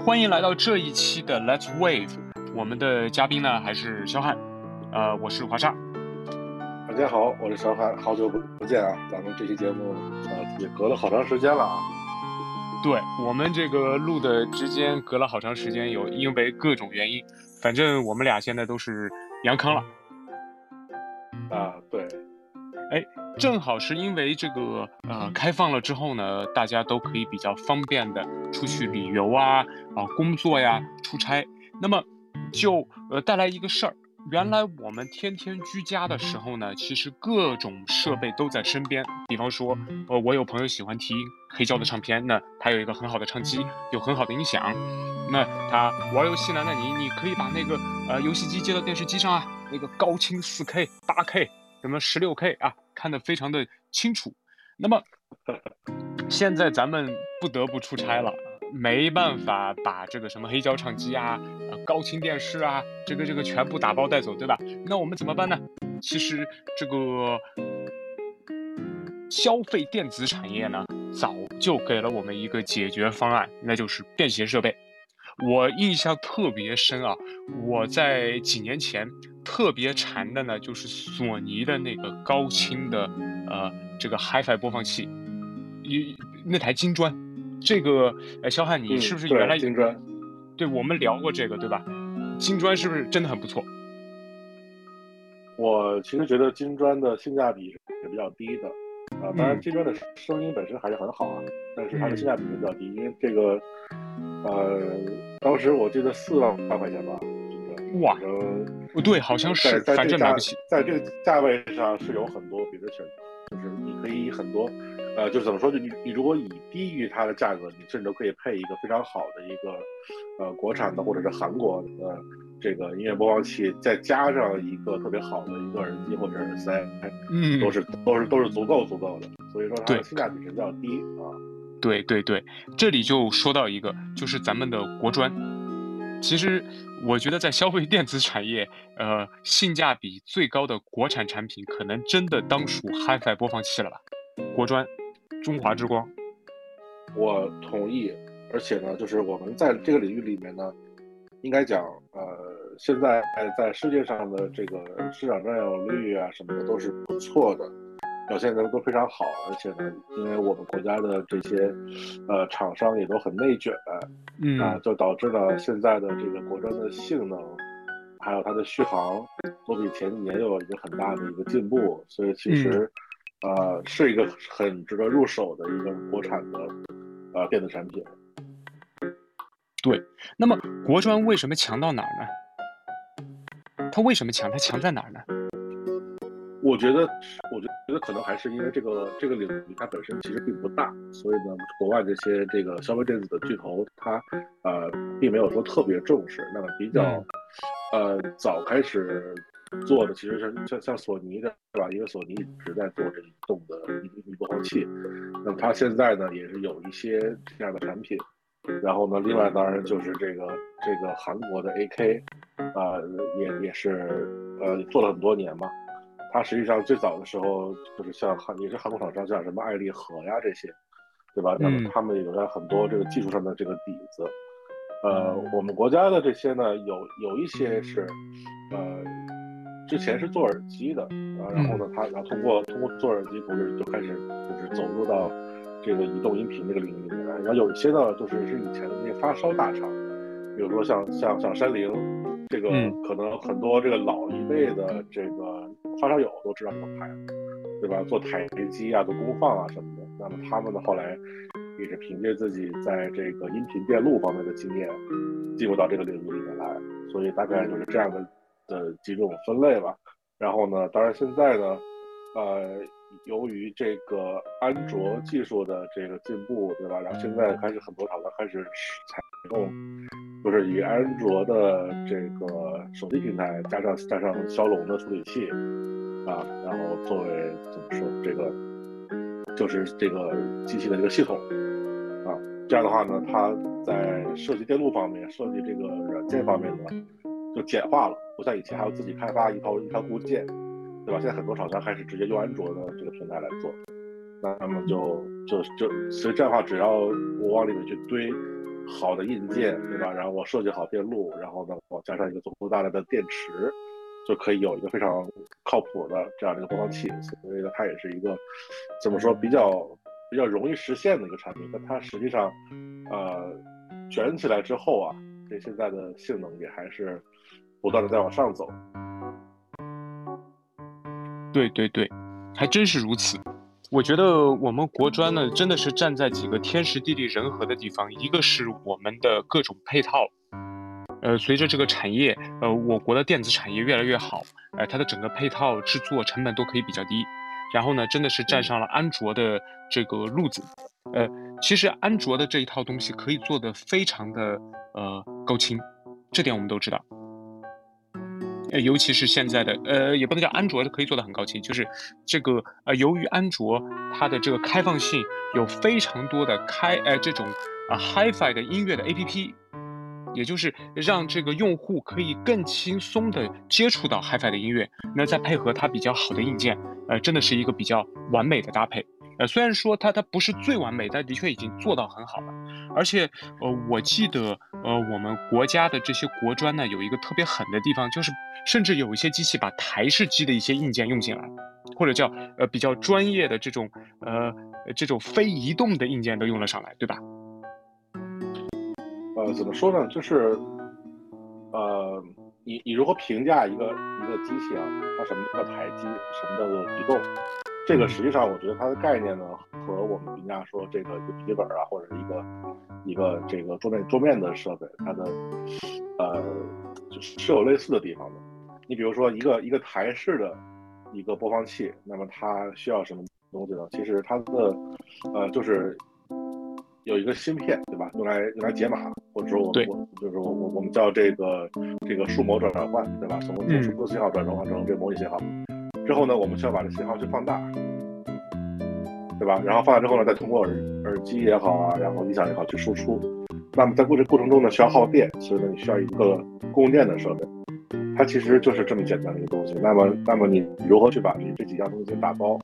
欢迎来到这一期的 Let's Wave，我们的嘉宾呢还是肖汉，我是华沙。 大家好，我是小海，好久不见啊！咱们这期节目也隔了好长时间了啊。 对，我们这个录的之间隔了好长时间，因为各种原因，反正我们俩现在都是阳康了。 对， 正好是因为这个开放了之后呢，大家都可以比较方便的出去旅游工作呀、出差，那么就带来一个事儿。原来我们天天居家的时候呢，其实各种设备都在身边。比方说，我有朋友喜欢听黑胶的唱片，那他有一个很好的唱机，有很好的音响。那他玩游戏呢，那你可以把那个游戏机接到电视机上啊，那个高清4K、8K、什么16K啊，看得非常的清楚。那么现在咱们不得不出差了。没办法把这个什么黑胶唱机高清电视这个全部打包带走，对吧？那我们怎么办呢？其实这个消费电子产业呢，早就给了我们一个解决方案，那就是便携设备。我印象特别深啊，我在几年前特别馋的呢，就是索尼的那个高清的这个 HiFi 播放器，那台金砖。这个肖汉，你是不是原来对，金砖， 对我们聊过这个对吧？金砖是不是真的很不错？ 我其实觉得金砖的性价比是比较低的当然金砖的声音本身还是很好啊，但是它的性价比是比较低，因为这个当时我记得4万块钱吧，金砖， 哇， 反正对，好像是，反正买不起。 在这个价位上是有很多别的选择，就是你可以很多就是怎么说，就你如果以低于它的价格，你甚至都可以配一个非常好的一个国产的或者是韩国的这个音乐播放器，再加上一个特别好的一个耳机或者耳塞，都是足够的，所以说它的性价比是比较低啊。 对，这里就说到一个，就是咱们的国专。其实我觉得在消费电子产业，性价比最高的国产产品，可能真的当属 HiFi 播放器了吧？国专，中华之光。 我同意，而且呢，就是我们在这个领域里面呢，应该讲，现在在世界上的这个市场占有率什么的都是不错的，表现的都非常好，而且呢，因为我们国家的这些厂商也都很内卷，就导致呢现在的这个国专的性能，还有它的续航，都比前几年有一个很大的一个进步，所以其实是一个很值得入手的一个国产的电子产品。 对，那么国专为什么强到哪儿呢？它为什么强？它强在哪儿呢？ 我觉得可能还是因为这个领域它本身其实并不大，所以呢，国外这些这个消费电子的巨头，它并没有说特别重视。那么比较早开始做的其实是像索尼的，对吧？因为索尼一直在做这移动的音频播放器，那么它现在呢也是有一些这样的产品。然后呢，另外当然就是这个韩国的 AK，也是做了很多年嘛。它实际上最早的时候就是也是韩国厂商，像什么爱立和呀这些，对吧？那么他们也有很多这个技术上的这个底子。我们国家的这些呢，有一些是之前是做耳机的然后呢，然后通过做耳机，同时就开始就是走入到这个移动音频这个领域里面来。然后有一些呢，就是以前的那些发烧大厂，比如说像山灵，这个可能很多这个老一辈的这个发烧友都知道这个牌子，对吧？做台机做功放什么的。那么他们呢，后来也是凭借自己在这个音频电路方面的经验，进入到这个领域里面来。所以大概就是这样的几种分类吧。然后呢，当然现在呢，由于这个安卓技术的这个进步，对吧？然后现在开始很多厂商开始采用，就是以安卓的这个手机平台加上骁龙的处理器然后作为怎么说这个就是这个机器的这个系统这样的话呢，它在设计电路方面、设计这个软件方面呢，就简化了，不像以前还要自己开发一套固件，对吧？现在很多厂商开始直接用安卓的这个平台来做，那么就所以这样的话，只要我往里面去堆好的硬件，对吧？然后我设计好电路，然后呢，我加上一个足够大的电池，就可以有一个非常靠谱的这样的一个播放器。所以呢，它也是一个怎么说比较容易实现的一个产品。但它实际上，卷起来之后啊，这现在的性能也还是不断的在往上走。 对对对，还真是如此。我觉得我们国专呢，真的是站在几个天时地利人和的地方。一个是我们的各种配套，随着这个产业，我国的电子产业越来越好，它的整个配套制作成本都可以比较低。然后呢，真的是站上了安卓的这个路子。呃，其实安卓的这一套东西可以做得非常的高清，这点我们都知道。尤其是现在的，也不能叫安卓可以做得很高清，就是这个由于安卓它的这个开放性，有非常多的这种HiFi 的音乐的 APP，也就是让这个用户可以更轻松的接触到 HiFi 的音乐，那再配合它比较好的硬件，真的是一个比较完美的搭配。虽然说它不是最完美，但的确已经做到很好了。而且，我记得，我们国家的这些国专呢，有一个特别狠的地方，就是甚至有一些机器把台式机的一些硬件用进来，或者叫比较专业的这种非移动的硬件都用了上来，对吧？ 怎么说呢？就是你如何评价一个机器啊？它什么叫台机，什么叫做移动？这个实际上我觉得它的概念呢，和我们评价说这个一个笔记本啊，或者一个这个桌面的设备，它的是有类似的地方的。你比如说一个台式的一个播放器，那么它需要什么东西呢？其实它的就是有一个芯片，对吧？用来解码，或者说对， 我们叫这个数模转换，对吧？从数字信号转换成这个模拟信号之后呢，我们需要把这信号去放大，对吧？然后放大之后呢，再通过耳机也好啊，然后音响也好去输出。那么在过程中呢，需要耗电，所以呢，你需要一个供电的设备。它其实就是这么简单的一个东西。那么你如何去把这几样东西打包？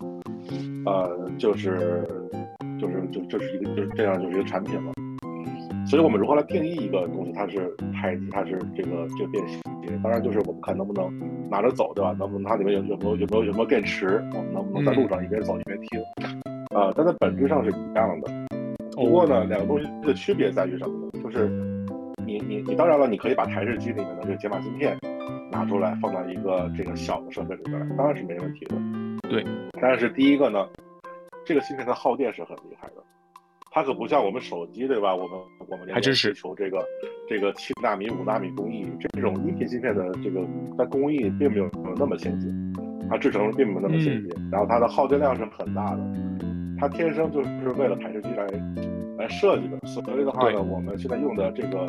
就是这样就是一个产品了。所以我们如何来定义一个东西，它是台机，它是这个便携？当然就是我们看能不能拿着走，对吧？能不能它里面有没有电池？我们能不能在路上一边走一边听？但在本质上是一样的。不过呢，两个东西的区别在于什么呢？就是你当然了，你可以把台式机里面的这个解码芯片拿出来放到一个这个小的设备里边来，当然是没问题的。 对。 但是第一个呢，这个芯片它耗电是很厉害的。它可不像我们手机，对吧？我们还真是追求这个7纳米、5纳米工艺，这种音频芯片的这个在工艺并没有那么先进，它制成并没有那么先进，然后它的耗电量是很大的，它天生就是为了台式机来设计的。所以的话呢，我们现在用的这个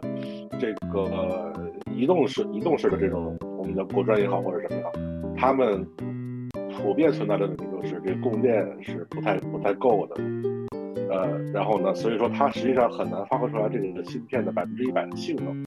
移动式的这种我们的国专也好或者什么也好，他们普遍存在的问题就是这个供电是不太够的。然后呢，所以说它实际上很难发挥出来这个芯片的100%的性能。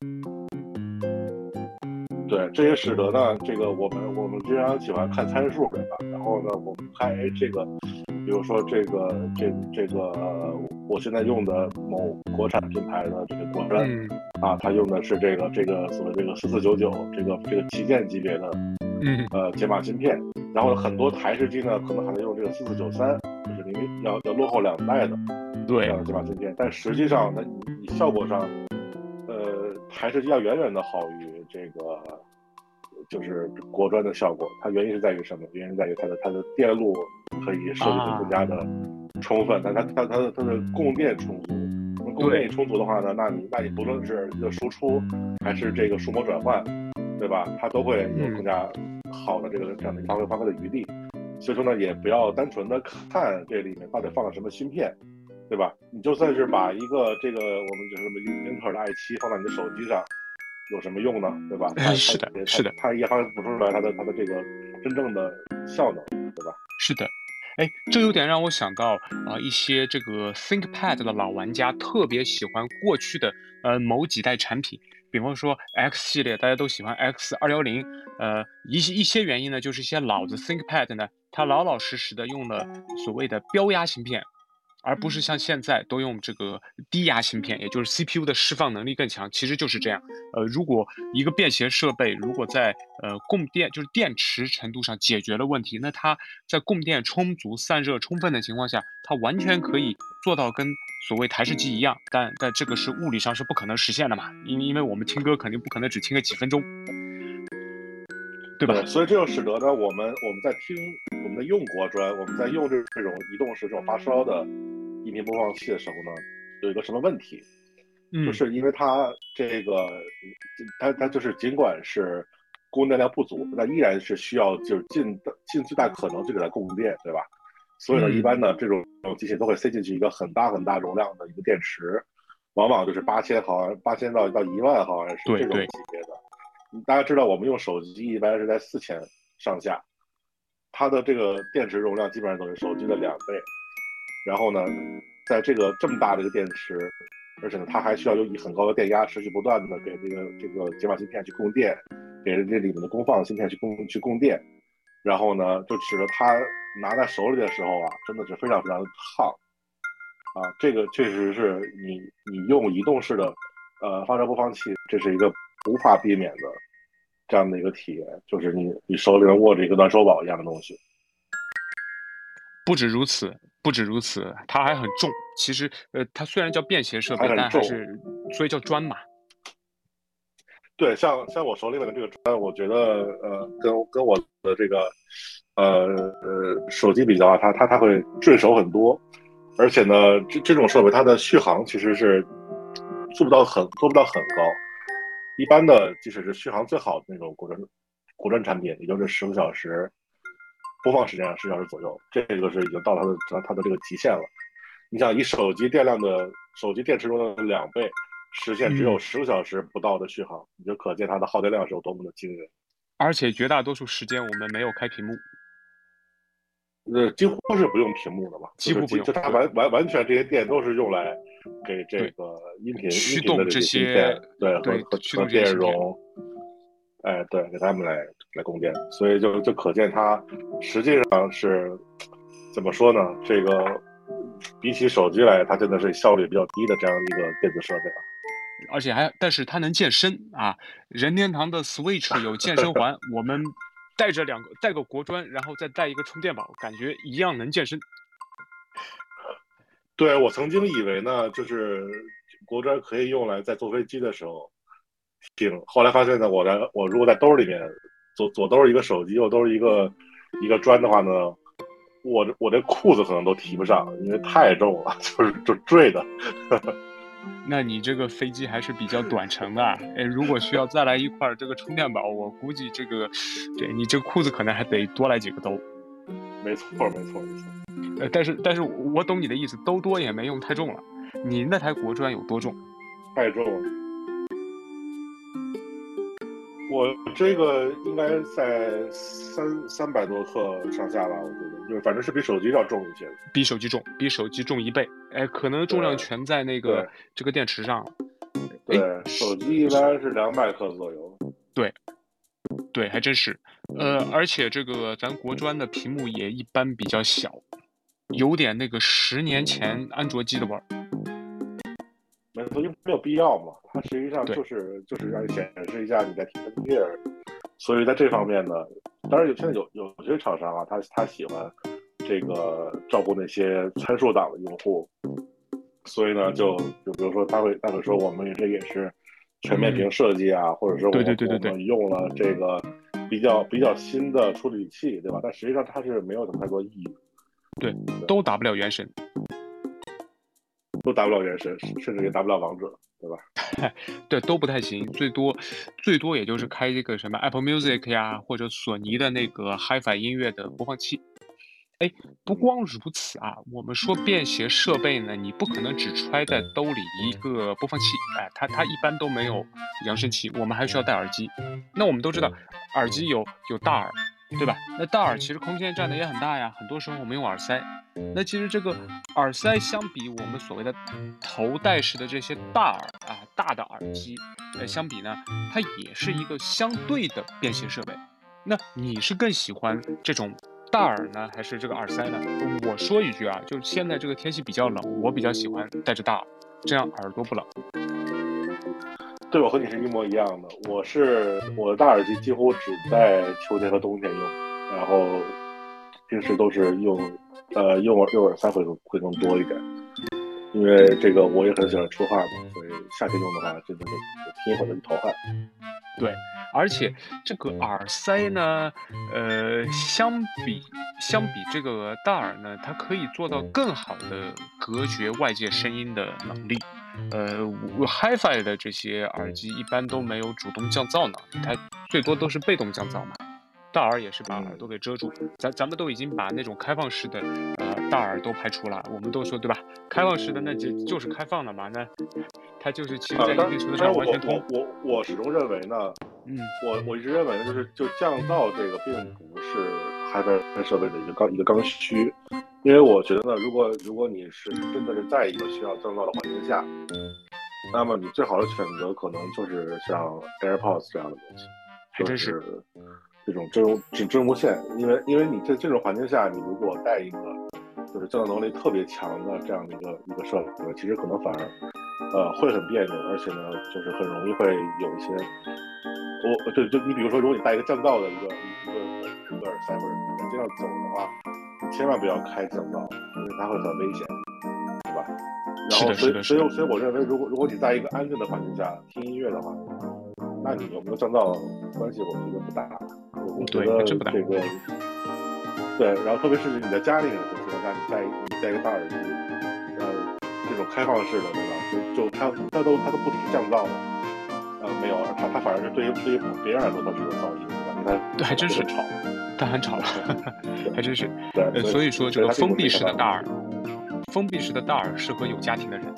对，这也使得呢，这个我们经常喜欢看参数，对吧？然后呢，我们看，这个，比如说这个，我现在用的某国产品牌的这个国专，它用的是这个所谓这个4499这个旗舰级别的解码芯片，然后很多台式机呢可能还能用这个4493，就是明明要落后2代的这样的解码芯片，但实际上你效果上，台式机要远远的好于这个就是国专的效果。它原因是在于什么？原因在于它的电路可以设计的更加的充分，但它的供电充足。供电一充足的话呢，那你不论是一个输出还是这个数模转换，对吧？它都会有更加好的这样的发挥的余地。所以说呢，也不要单纯的看这里面到底放了什么芯片，对吧？你就算是把一个这个我们就是什么英特尔的i7放在你的手机上，有什么用呢？对吧？ 是的， 它也发挥不出来它的这个真正的效能，对吧？ 是的。这有点让我想到一些这个 ThinkPad 的老玩家特别喜欢过去的某几代产品，比方说 X 系列，大家都喜欢 X210，一些原因呢，就是一些老的 ThinkPad 呢，它老老实实的用了所谓的标压芯片， 而不是像现在都用这个低压芯片，也就是 CPU 的释放能力更强，其实就是这样。如果一个便携设备如果在供电就是电池程度上解决了问题，那它在供电充足、散热充分的情况下，它完全可以做到跟所谓台式机一样，但这个是物理上是不可能实现的嘛，因为我们听歌肯定不可能只听个几分钟，对吧？ 对，所以这就使得呢，我们在听，我们在用国专，我们在用这种移动式这种发烧的音频播放器的时候呢，有一个什么问题？就嗯， 是因为它这个，它就是尽管是供电量不足，但依然是需要就是尽最大可能去给它供电，对吧？所以呢，一嗯， 般呢这种机器都会塞进去一个很大很大容量的一个电池，往往就是8000到1万毫安时这种对对。 级别的。大家知道我们用手机一般是在4000上下，它的这个电池容量基本上等于手机的2倍。然后呢，在这么大的一个电池，而且呢，它还需要以很高的电压持续不断的给这个解码芯片去供电，给这里面的功放芯片去供电，然后呢，就使得它拿在手里的时候啊，真的是非常非常的烫啊。这个确实是你用移动式的发射播放器，这是一个无法避免的这样的一个体验，就是你手里面握着一个暖手宝一样的东西。 不止如此，不止如此，它还很重。其实，它虽然叫便携设备， 还很重。 但还是所以叫砖嘛。 对，像我手里面的这个砖，我觉得跟我的这个手机比较啊，它会顺手很多，而且呢，这种设备它的续航其实是做不到很高。一般的，即使是续航最好的那种国专产品，也就是10个小时，播放时间上10小时左右，这个是已经到它的这个极限了。你想，以手机电池容量的2倍，实现只有嗯， 10个小时不到的续航，你就可见它的耗电量是有多么的惊人。 而且绝大多数时间我们没有开屏幕， 几乎是不用屏幕的嘛，就是几乎不用。 就它对完全这些电都是用来给这对， 个音频的这驱动这些芯片， 些， 对，和对， 和和驱动这些芯片。 电容，哎，对，给他们来供电，所以就可见它实际上是怎么说呢？这个比起手机来，它真的是效率比较低的这样一个电子设备啊。 但是它能健身啊！任天堂的 Switch 有健身环，我们带个国专，然后再带一个充电宝，感觉一样能健身。 对，我曾经以为呢，就是国专可以用来在坐飞机的时候听，后来发现呢，我如果在兜里面左兜一个手机，右兜一个砖的话呢，我这裤子可能都提不上，因为太重了，就坠的。 那你这个飞机还是比较短程的啊，如果需要再来一块儿这个充电宝，我估计这个，对你这个裤子可能还得多来几个兜。 没错，没错，没错， 但是我懂你的意思，兜多也没用，太重了。你那台国专有多重？ 太重了。我这个应该在300多克上下吧，我觉得，就是反正是比手机要重一些的。 比手机重，比手机重1倍。可能重量对全在那个对这个电池上了。哎， 对，手机一般是200克左右。 对对，还真是。而且这个咱国专的屏幕也一般比较小，有点那个10年前安卓机的味儿。 没错，因为没有必要嘛，它实际上对， 就是让你显示一下你在听音乐而已。所以在这方面呢，当然现在有些厂商啊，他喜欢这个照顾那些参数党的用户，所以呢，就比如说他会说我们这也是全面屏嗯， 设计啊，或者说对对我对对对我们用了这个比较新的处理器，对吧？但实际上它是没有什么太多意义的， 对，都达不了原神。 都达不了原神，甚至也达不了王者，对吧？ 对，都不太行，最多也就是开这个什么 Apple Music 呀，或者索尼的那个 HiFi 音乐的播放器。哎，不嗯， 光如此啊，我们说便携设备呢，你不可能只揣在兜里一个播放器，哎，它一般都没有扬声器，我们还需要戴耳机。那我们都知道，耳机有大耳，对吧？那大耳其实空间占的也很大呀，很多时候我们用耳塞。那其实这个耳塞相比我们所谓的头戴式的这些大的耳机，相比呢，它也是一个相对的便携设备。那你是更喜欢这种大耳呢，还是这个耳塞呢？我说一句啊，就是现在这个天气比较冷，我比较喜欢戴着大耳，这样耳朵不冷。 对，我和你是一模一样的。我的大耳机几乎只在秋天和冬天用，然后平时都是用耳塞会更多一点，因为这个我也很喜欢出汗嘛，所以夏天用的话真的是拼一会儿就一头汗。 对，而且这个耳塞呢，相比这个大耳呢，它可以做到更好的隔绝外界声音的能力。HiFi 的这些耳机一般都没有主动降噪能力，它最多都是被动降噪嘛。大耳也是把耳朵给遮住，咱们都已经把那种开放式的大耳都排除了，我们都说对吧？开放式的那就是开放的嘛，那它就是其实在一定程度上完全通。 我始终认为呢，我一直认为呢，就降噪这个并不是HiFi设备的一个刚需，因为我觉得呢，如果你是真的是在一个需要降噪的环境下，那么你最好的选择可能就是像 AirPods 这样的东西，就是这种真无线，因为你在这种环境下，你如果带一个就是降噪能力特别强的这样的一个设备，其实可能反而会很别扭，而且呢，就是很容易会有一些就你比如说，如果你带一个降噪的一个耳塞或者你在街上走的话，你千万不要开降噪，因为它会很危险，对吧？然后所以我认为，如果你在一个安静的环境下听音乐的话，那你有没有降噪关系，我觉得不大。我觉得这个对，然后特别是你在家里的情况下，你戴一个大耳机，这种开放式的，对吧？就它都不只是降噪的，没有，它反而是对于别人来说它是有噪音，对吧？你看， 对，还真是吵， 它很吵，还真是。 对， 所以说这个封闭式的大耳适合有家庭的人。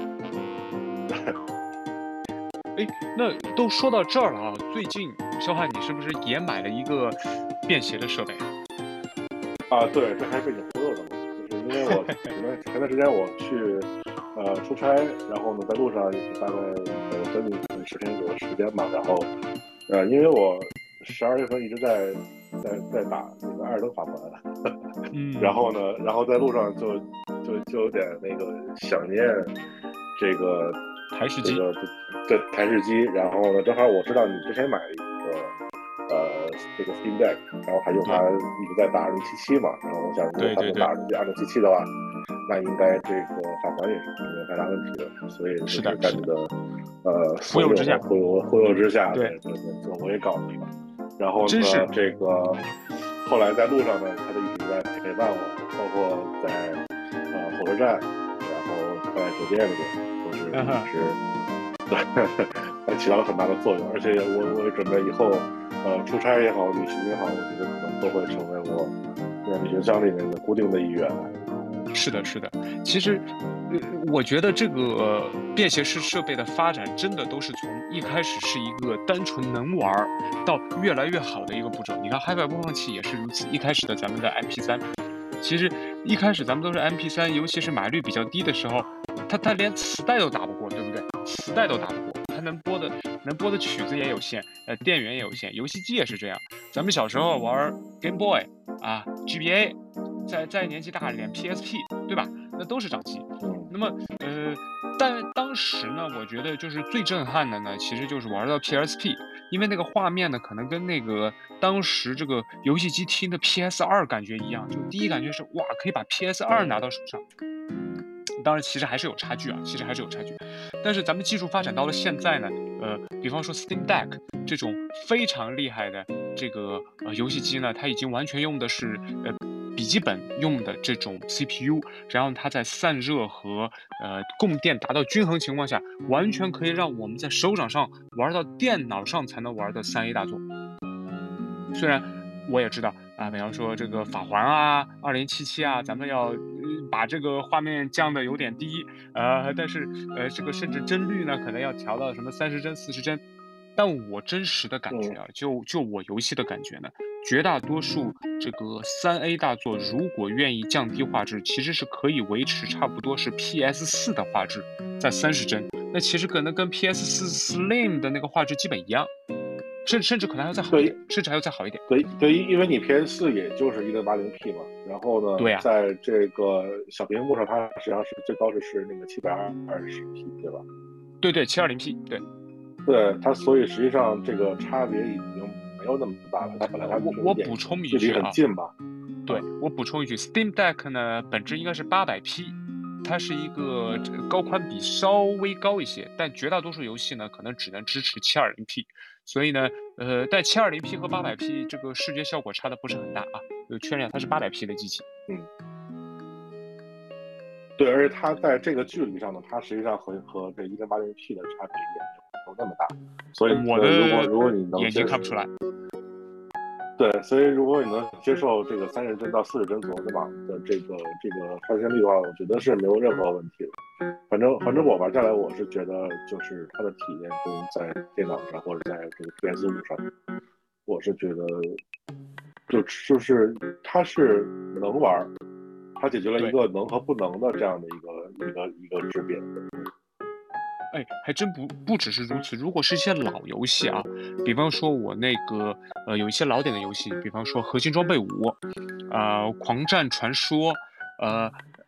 哎，那都说到这儿了啊，最近肖汉你是不是也买了一个便携的设备啊？对，这还是被你忽悠的嘛，就是因为我前段时间我去出差，然后呢在路上大概有将近10天左右时间吧，然后因为我12月份一直在打那个《艾尔登法环》，然后呢，在路上就有点那个想念这个台式机， 对台式机，然后呢，正好我知道你之前买了一个这个 Steam Deck，然后还用它一直在打2077嘛，然后我想如果它能打2077的话，那应该这个法环也是没有太大问题的，所以就是在你的忽悠之下，对，我也搞了一个，然后呢，这个后来在路上呢，他就一直在陪伴我，包括在火车站，然后在酒店里面，都是一直对，起到了很大的作用。而且我也准备以后出差也好，旅行也好，我觉得可能都会成为我旅行箱里面的固定的一员。 是的，是的。其实，我觉得这个便携式设备的发展，真的都是从一开始是一个单纯能玩到越来越好的一个步骤。你看，HiFi播放器也是如此。一开始的咱们的 MP3，其实一开始咱们都是 MP3，尤其是码率比较低的时候，它连磁带都打不过，对不对？磁带都打不过，它能播的曲子也有限，电源也有限，游戏机也是这样。咱们小时候玩 Game Boy 啊 ，GBA。再年纪大一点 ，PSP， 对吧？那都是掌机。那么，但当时呢，我觉得就是最震撼的呢，其实就是玩到 PSP， 因为那个画面呢，可能跟那个当时这个游戏机厅的 PS2感觉一样，就第一感觉是哇，可以把 PS2拿到手上。当然，其实还是有差距啊，但是咱们技术发展到了现在呢，比方说 Steam Deck 这种非常厉害的这个游戏机呢，它已经完全用的是笔记本用的这种 CPU， 然后它在散热和供电达到均衡情况下，完全可以让我们在手掌上玩到电脑上才能玩的3A 大作。虽然我也知道啊，比方说这个法环啊、2077啊，咱们要把这个画面降的有点低，但是这个甚至帧率呢，可能要调到什么30帧、40帧。但我真实的感觉啊，就我游戏的感觉呢，绝大多数这个3A 大作，如果愿意降低画质，其实是可以维持差不多是 PS4 的画质，在30帧。那其实可能跟 PS4 Slim 的那个画质基本一样。 甚至可能还要再好一点，甚至还要再好一点。 对，因为你 PS4也就是1080P 嘛，然后呢， 对呀、 在这个小屏幕上，它实际上是最高是那个720P，对吧？ 对720P，对。 对，它所以实际上这个差别已经没有那么大了。它本来它我就有点我补充一距离句啊， 很近吧？ 对，我补充一句，Steam Deck 呢本质应该是800P，它是一个这个高宽比稍微高一些，但绝大多数游戏呢可能只能支持720P，所以呢，但720P 和800P 这个视觉效果差的不是很大啊，确认它是800P 的机器。 嗯，对，而且它在这个距离上呢，它实际上和这1080P 的差别也没有那么大，所以我的如果你能眼睛看不出来。 对，所以如果你能接受这个30帧到40帧左右的这个刷新率的话，我觉得是没有任何问题的。反正我玩下来，我是觉得就是它的体验跟在电脑上或者在这个 PS5上，我是觉得就是它是能玩，它解决了一对， 个能和不能的这样的一个质变。 哎，还真不只是如此。如果是一些老游戏啊，比方说我那个有一些老点的游戏，比方说《核心装备5》，《狂战传说》，呃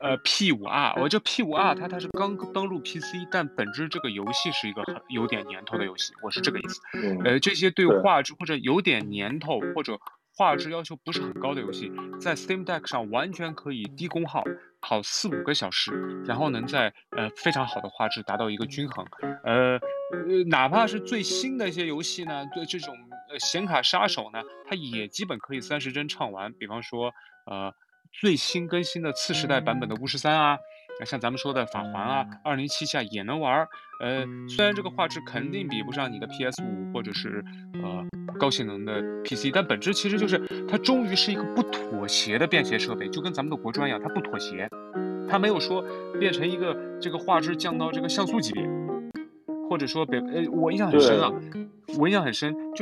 P5R，我这 P5R 它是刚登陆 PC，但本质这个游戏是一个有点年头的游戏，我是这个意思。 嗯， 这些对对， 画质或者有点年头或者画质要求不是很高的游戏，在 Steam Deck 上完全可以低功耗跑4、5个小时，然后能在非常好的画质达到一个均衡。哪怕是最新的一些游戏呢，对这种显卡杀手呢，它也基本可以30帧畅玩。比方说最新更新的次时代版本的巫师3啊，像咱们说的法环啊，2077下也能玩。虽然这个画质肯定比不上你的 PS5或者是高性能的 PC，但本质其实就是它终于是一个不妥协的便携设备，就跟咱们的国专一样，它不妥协，它没有说变成一个这个画质降到这个像素级别，或者说我印象很深啊， 对， 我印象很深，就是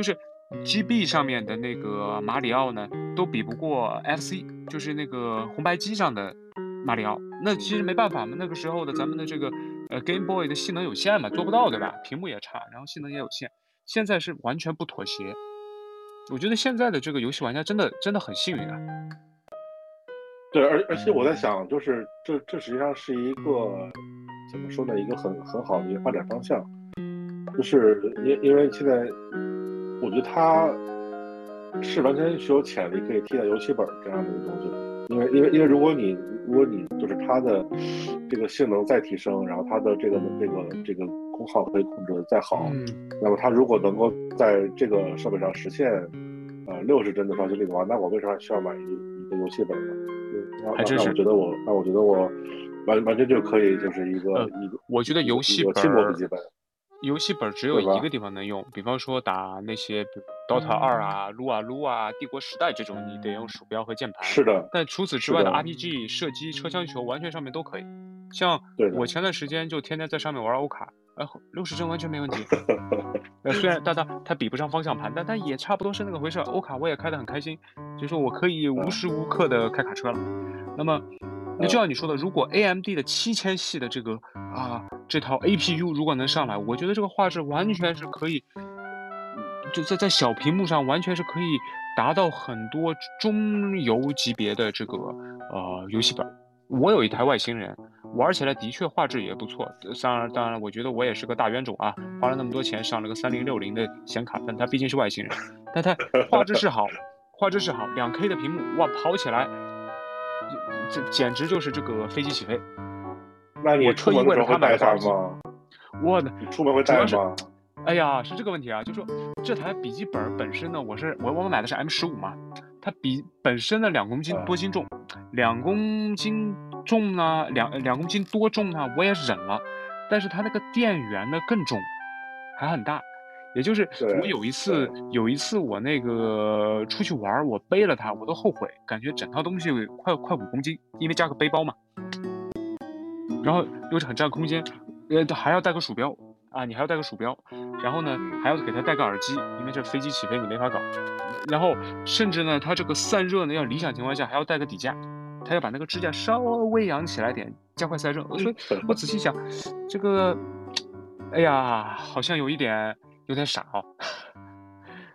GB 上面的那个马里奥呢，都比不过 FC，就是那个红白机上的马里奥。那其实没办法嘛，那个时候的咱们的这个Game Boy 的性能有限嘛，做不到对吧？屏幕也差，然后性能也有限。现在是完全不妥协。我觉得现在的这个游戏玩家真的很幸运啊。 对，而且我在想，就是这实际上是一个怎么说呢，一个很好的一个发展方向，就是因为现在我觉得它是完全是有潜力可以替代游戏本这样的一个东西的，因为如果你就是它的这个性能再提升，然后它的这个功耗可以控制的再好， 嗯， 那么它如果能够在这个设备上实现60帧的刷新率的话，那我为啥需要买一个游戏本呢？那还真是。 我觉得我完全就可以就是一个一个我觉得一个一个轻薄笔记本， 游戏本只有对吧？ 一个地方能用，比方说打那些比如 Dota 2啊、撸啊撸啊、帝国时代这种，你得用鼠标和键盘。 是的， 但除此之外的是的， RPG、射击、车厢球完全上面都可以。像对的。 我前段时间就天天在上面玩欧卡，60帧完全没问题。虽然它比不上方向盘，但它也差不多是那个回事。欧卡我也开得很开心，就是说我可以无时无刻的开卡车了。那么，就像你说的，如果 AMD 的7000系的这套 APU 如果能上来，我觉得这个画质完全是可以，就在小屏幕上完全是可以达到很多中游级别的这个游戏本。我有一台外星人，玩起来的确画质也不错。当然，我觉得我也是个大冤种啊，花了那么多钱上了个3060的显卡，但它毕竟是外星人，但它画质是好，画质是好，2K 的屏幕，哇，跑起来，这简直就是这个飞机起飞。 那你我特意为了出门的时候会带它它买了个耳机。 吗？ 我的你出门会主要是， 带吗？ 哎呀，是这个问题啊，就说这台笔记本本身呢，我买的是 M15嘛，它比本身的2公斤多重，2公斤重呢，2公斤多重呢，我也忍了，但是它那个电源呢更重，还很大。也就是我对对， 有一次我那个出去玩，我背了它，我都后悔，感觉整套东西快5公斤，因为加个背包嘛。然后又是很占空间，还要带个鼠标啊，你还要带个鼠标，然后呢还要给它带个耳机，因为这飞机起飞你没法搞，然后甚至呢它这个散热呢要理想情况下还要带个底架，它要把那个支架稍微扬起来点，加快散热，所以我仔细想，这个，哎呀，好像有点傻哦。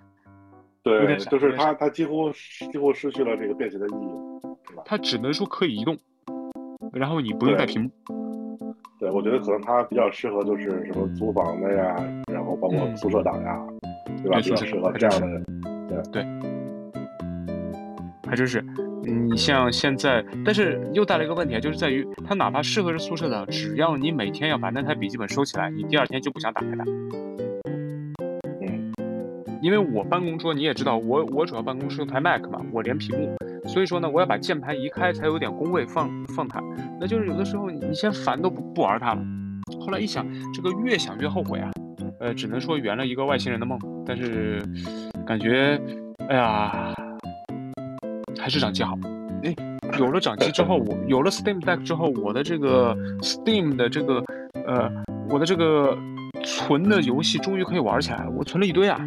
对， 有点傻， 就是有点傻。 它几乎失去了这个便携的意义，对吧？ 它只能说可以移动，然后你不用带对屏幕。 对，我觉得可能它比较适合就是什么租房的呀，然后包括嗯， 宿舍党呀，对吧？ 对，宿舍比较适合还真是。 这样的人。对， 对，还真是。你像现在，但是又带来一个问题啊，就是在于它哪怕适合是宿舍党，只要你每天要把那台笔记本收起来，你第二天就不想打开它。 嗯， 因为我办公桌你也知道，我主要办公室用台 Mac 嘛，我连屏幕，所以说呢，我要把键盘移开才有点工位放它。那就是有的时候你先烦都不玩它了，后来一想，这个越想越后悔啊。只能说圆了一个外星人的梦，但是感觉，哎呀，还是掌机好。哎，有了掌机之后，我有了 Steam Deck 之后，我的这个 Steam 的这个呃，我的这个存的游戏终于可以玩起来了。我存了一堆啊。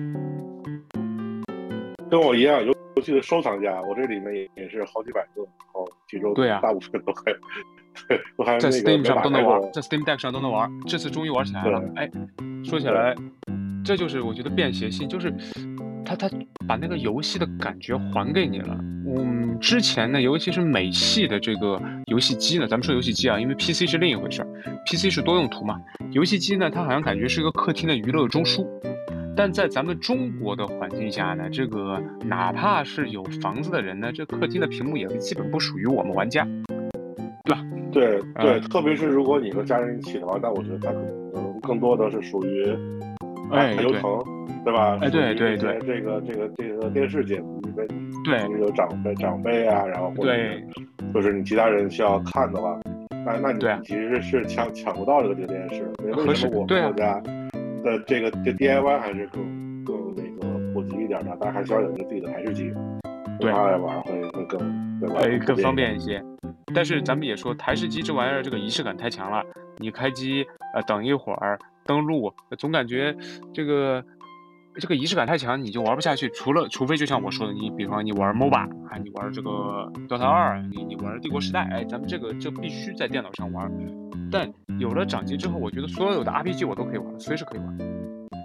跟我一样，游戏的收藏家，我这里面也是好几百个，然后其中对啊， 大部分都还对，我还在那个 Steam 没上都能玩， 打开过。 在 Steam Deck 上都能玩，这次终于玩起来了。 对哎，说起对， 来，这就是我觉得便携性，就是它把那个游戏的感觉还给你了。之前呢，尤其是美系的这个游戏机呢，咱们说游戏机啊，因为 PC 是另一回事儿，PC 是多用途嘛，游戏机呢，它好像感觉是一个客厅的娱乐中枢。但在咱们中国的环境下呢，这个哪怕是有房子的人呢，这客厅的屏幕也基本不属于我们玩家，对吧？ 对对， 嗯， 特别是如果你和家人一起的话，那我觉得它可能更多的是属于爱哎，对， 油疼，对吧？ 哎， 属于这对对对些这个电视节目，因为对你有长辈啊，然后或者是对就是你其他人需要看的话，那你对啊， 其实是抢不到这个电视。所以为合适， 什么我们对啊， 国家的这 DIY 还是更那个普及一点的？大家还需要有一个自己的台式机，用对， 它来玩会更对吧？更普更遍一点。 方便一些。但是咱们也说，台式机这玩意儿，这个仪式感太强了。你开机，等一会儿登录，总感觉这个这个仪式感太强，你就玩不下去。除非就像我说的，你比方你玩 MOBA 啊，你玩这个 DOTA 2，你玩帝国时代，哎，咱们这个就必须在电脑上玩。但有了掌机之后，我觉得所有的 RPG 我都可以玩，随时可以玩。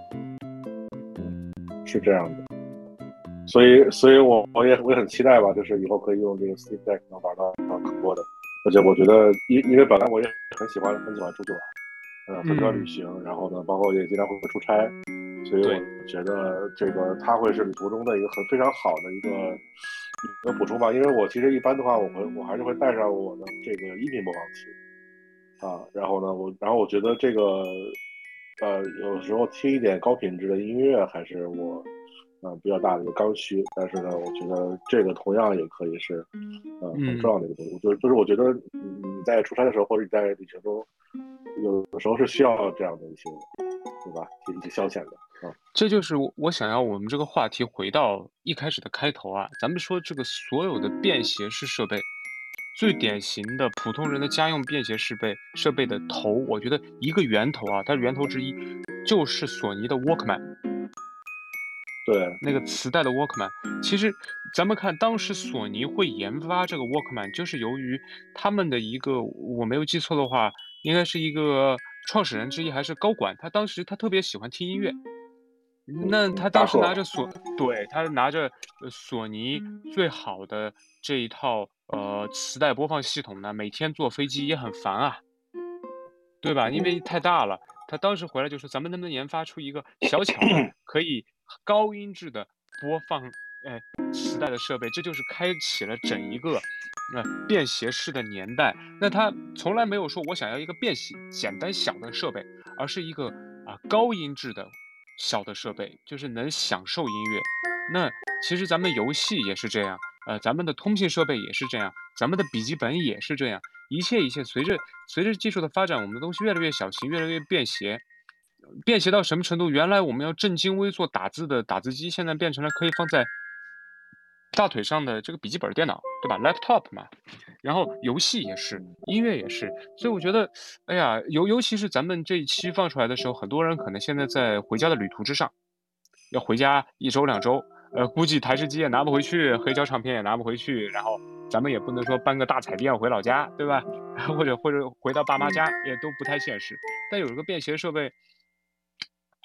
是这样的。所以我也很期待吧，就是以后可以用这个 Steam Deck 能玩到更多的。而且我觉得因为本来我也很喜欢出去玩，很喜欢旅嗯， 行，然后呢，包括也经常会出差，所以我对， 觉得这个它会是旅途中的一个非常好的一个补充吧。因为我其实一般的话，我还是会带上我的这个音频播放器啊，然后呢，我觉得这个有时候听一点高品质的音乐还是我比较大的一个刚需。但是呢，我觉得这个同样也可以是很重嗯。 要的一个东西。就是我觉得你在出差的时候或者你在旅行中，有的时候是需要这样的一些，对吧？一些消遣的啊。 这就是我想要我们这个话题回到一开始的开头啊，咱们说这个所有的便携式设备，最典型的普通人的家用便携设备的头，我觉得一个源头啊，它源头之一就是索尼的 Walkman。 对， 那个磁带的 Walkman，其实咱们看当时索尼会研发这个 Walkman，就是由于他们的一个，我没有记错的话，应该是一个创始人之一还是高管，他当时他特别喜欢听音乐，那他当时大贺， 对，他拿着索尼最好的这一套磁带播放系统呢，每天坐飞机也很烦啊，对吧？因为太大了。他当时回来就说：“咱们能不能研发出一个小巧的，可以高音质的播放磁带的设备？”这就是开启了整一个便携式的年代。那他从来没有说我想要一个便携简单小的设备，而是一个高音质的小的设备，就是能享受音乐。那其实咱们游戏也是这样，咱们的通信设备也是这样，咱们的笔记本也是这样。一切随着技术的发展，我们的东西越来越小型，越来越便携。便携到什么程度？原来我们要正襟危坐打字的打字机，现在变成了可以放在大腿上的这个笔记本电脑，对吧？laptop 嘛。然后游戏也是，音乐也是。所以我觉得，哎呀，尤其是咱们这一期放出来的时候，很多人可能现在在回家的旅途之上，要回家1周2周，估计台式机也拿不回去，黑胶唱片也拿不回去，然后咱们也不能说搬个大彩电回老家，对吧？或者回到爸妈家也都不太现实。但有一个便携设备，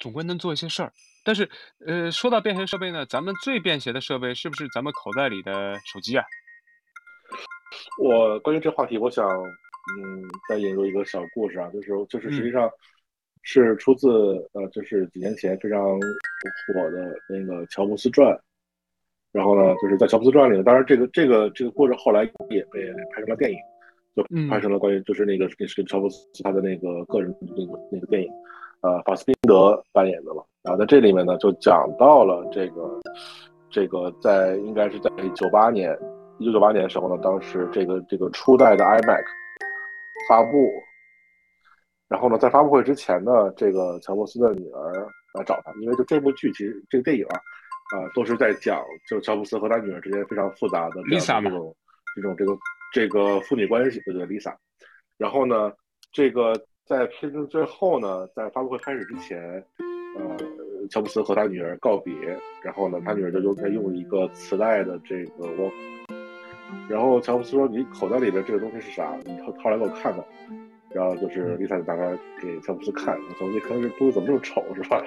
总归能做一些事儿。但是，说到便携设备呢，咱们最便携的设备是不是咱们口袋里的手机啊？ 我关于这话题，我想，再引入一个小故事啊，就是实嗯际上是出自就是几年前非常火的那个乔布斯传。然后呢，就是在乔布斯传里，当然这个故事后来也被拍成了电影，就拍嗯成了关于就是那个乔布斯他的那个个人那个电影，法斯宾德扮演的了。然后在这里面呢，就讲到了这个在应该是在1998年的时候呢，当时这个初代的 iMac 发布。然后呢，在发布会之前呢，这个乔布斯的女儿来找他，因为就这部剧其实这个电影啊，都是在讲就乔布斯和他女儿之间非常复杂的这样的 ，Lisa 嘛。 这个父女关系，对对，Lisa。然后呢，这个在片子最后呢，在发布会开始之前，乔布斯和他女儿告别，然后呢，他女儿就用一个磁带的这个然后乔布斯说：“你口袋里的这个东西是啥？你掏来给我看看。”然后就是丽萨就打开给乔布斯看，乔布斯看这东西怎么这么丑，是吧？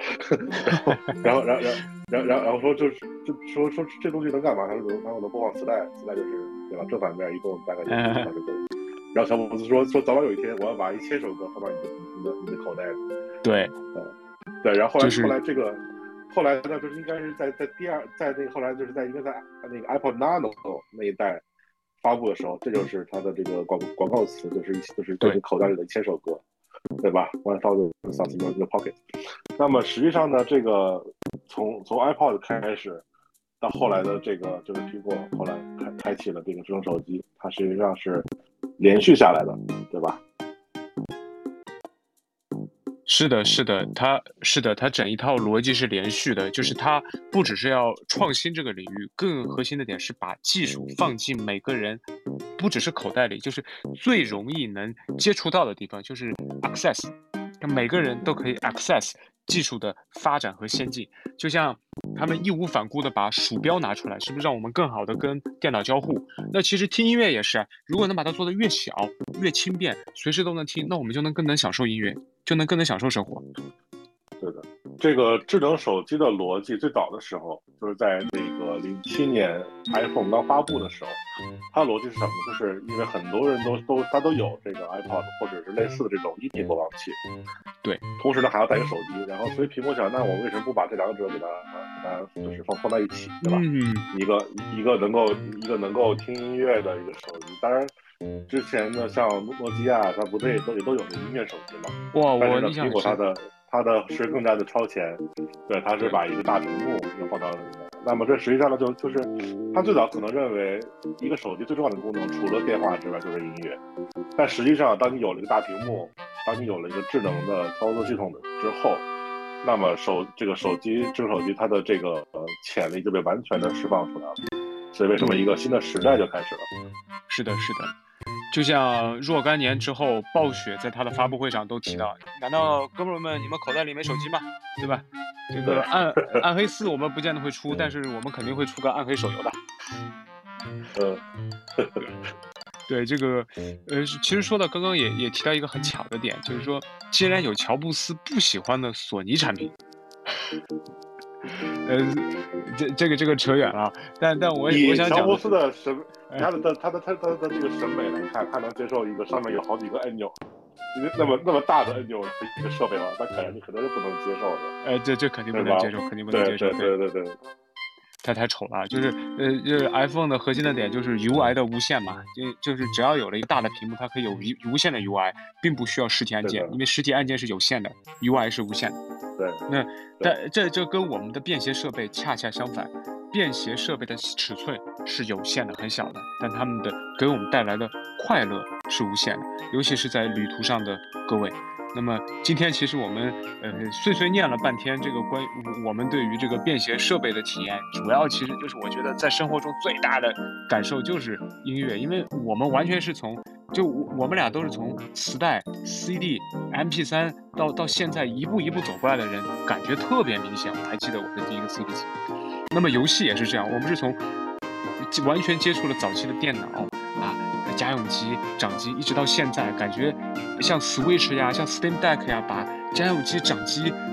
然后说这东西能干嘛？他说能播放磁带，磁带就是对吧？正反面一共大概就30个。然后乔布斯说早晚有一天我要把1000首歌放到你的口袋里。 对， 对，然后就是后来呢，就是应该是在那个后来就是应该在那个 Apple Nano 那一代发布的时候，这就是它的这个广告词，就是在你口袋里的1000首歌，对吧？1000 songs in your pocket。那么实际上呢，这个从 iPod 开始到后来的这个就是苹果后来开启了这个智能手机，它实际上是连续下来的，对吧？ 是的，它整一套逻辑是连续的，就是它不只是要创新这个领域，更核心的点是把技术放进每个人，不只是口袋里，就是最容易能接触到的地方，就是 access，让每个人都可以 access 技术的发展和先进。就像他们义无反顾的把鼠标拿出来，是不是让我们更好的跟电脑交互？那其实听音乐也是，如果能把它做得越小、越轻便，随时都能听，那我们就能更能享受音乐。就能更能享受生活。 对的，这个智能手机的逻辑最早的时候，就是在那个07年 iPhone 刚发布的时候，它的逻辑是什么呢？就是因为很多人都有这个 iPod 或者是类似的这种一体播放器， 对， 同时呢还要带个手机，然后所以苹果想，那我为什么不把这两者给它就是放在一起，对吧？一个能够听音乐的一个手机，当然。之前呢，像诺基亚，它不对也都有这音乐手机嘛？ 哇， 但是呢， 我印象苹果它的是更加的超前，对，它是把一个大屏幕放到里面。那么这实际上呢，就是它最早可能认为一个手机最重要的功能，除了电话之外就是音乐。但实际上，当你有了一个大屏幕，当你有了一个智能的操作系统之后，那么智能手机它的这个潜力就被完全的释放出来了。所以为什么一个新的时代就开始了？ 是的。就像若干年之后，暴雪在他的发布会上都提到，难道哥们们你们口袋里没手机吗？对吧？这个暗黑4我们不见得会出，但是我们肯定会出个暗黑手游的。对这个，其实说到刚刚也提到一个很巧的点，就是说，既然有乔布斯不喜欢的索尼产品，这个扯远了，但我想讲， 乔布斯的他的这个审美来看，他能接受一个上面有好几个按钮，那么大的按钮的一个设备吗？那可能是不能接受的。 这肯定不能接受，肯定不能接受。 对。 它太丑了，就是iPhone 的核心的点就是 UI 的无限嘛，就是只要有了一个大的屏幕，它可以有无限的 UI， 并不需要实体按键，因为实体按键是有限的 ，UI 是无限的。 对。 但这跟我们的便携设备恰恰相反，便携设备的尺寸是有限的、很小的，但它们的给我们带来的快乐是无限的，尤其是在旅途上的各位。那么今天其实我们碎碎念了半天这个关于我们对于这个便携设备的体验，主要其实就是我觉得在生活中最大的感受就是音乐，因为我们完全是我们俩都是从磁带、CD、MP3 到现在一步一步走过来的人，感觉特别明显。我还记得我的第一个 CD 机。那么游戏也是这样，我们是从完全接触了早期的电脑家用机、掌机，一直到现在，感觉像 Switch 呀、像 Steam Deck 呀，把家用机、掌机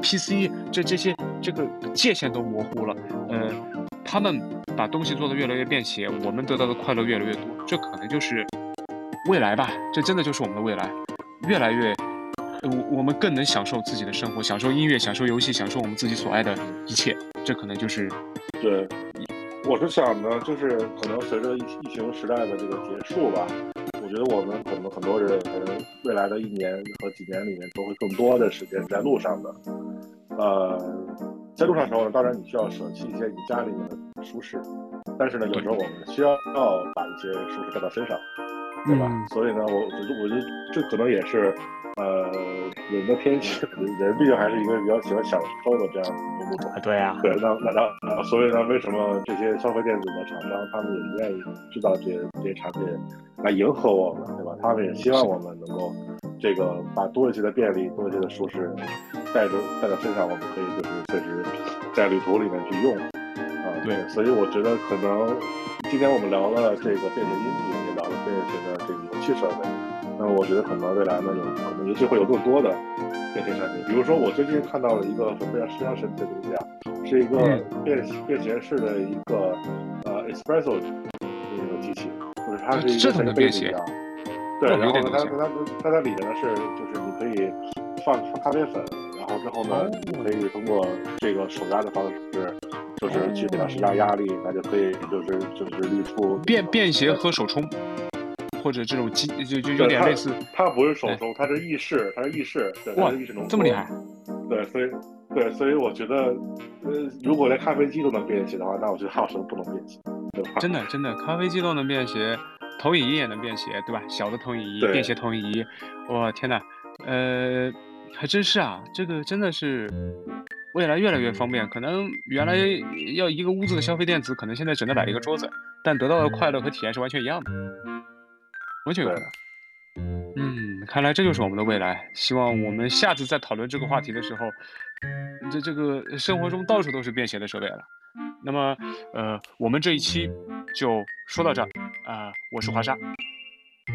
PC 这个界限都模糊了。他们把东西做得越来越便携，我们得到的快乐越来越多，这可能就是未来吧，这真的就是我们的未来，越来越，我们更能享受自己的生活，享受音乐，享受游戏，享受我们自己所爱的一切，这可能就是对。我是想呢，就是可能随着疫情时代的这个结束吧，我觉得我们可能很多人未来的1年和几年里面都会更多的时间在路上的。在路上的时候呢，当然你需要舍弃一些你家里面的舒适，但是呢，有时候我们需要把一些舒适带到身上，对吧？所以呢，我觉得这可能也是人的天性，人毕竟还是一个比较喜欢享受的这样一个物种。 对啊， 对，那所以呢，为什么这些消费电子的厂商他们也愿意制造这些产品来迎合我们，对吧？他们也希望我们能够这个把多一些的便利、多一些的舒适带到身上，我们可以就是随时在旅途里面去用。对，所以我觉得可能今天我们聊了这个便携音频，也聊了便携的这个游戏设备。那我觉得可能未来呢，可能也许会有更多的便携产品。比如说，我最近看到了一个非常神奇的东西啊，是一个便携式的一个espresso 那个机器，就是它是一个像个杯子一样。对，然后呢，它里面呢就是你可以放咖啡粉，然后之后呢，你可以通过这个手压的方式，就是去给它施加压力，那就可以就是滤出便携和手冲。或者这种机就有点类似， 它不是手冲，它是意式，对，它是意式浓缩。 这么厉害？ 对，所以我觉得，如果连咖啡机都能便携的话，那我觉得还有什么不能便携，对吧？ 真的，咖啡机都能便携，投影仪也能便携，对吧？小的投影仪，便携投影仪，哇，天哪，还真是啊，这个真的是未来越来越方便。可能原来要一个屋子的消费电子，可能现在只能摆一个桌子，但得到的快乐和体验是完全一样的。完全有可能。看来这就是我们的未来。希望我们下次再讨论这个话题的时候，这个生活中到处都是便携的设备了。那么，我们这一期就说到这儿我是华沙，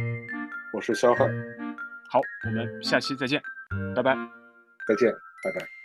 我是肖汉。 好，我们下期再见，拜拜。 再见，拜拜。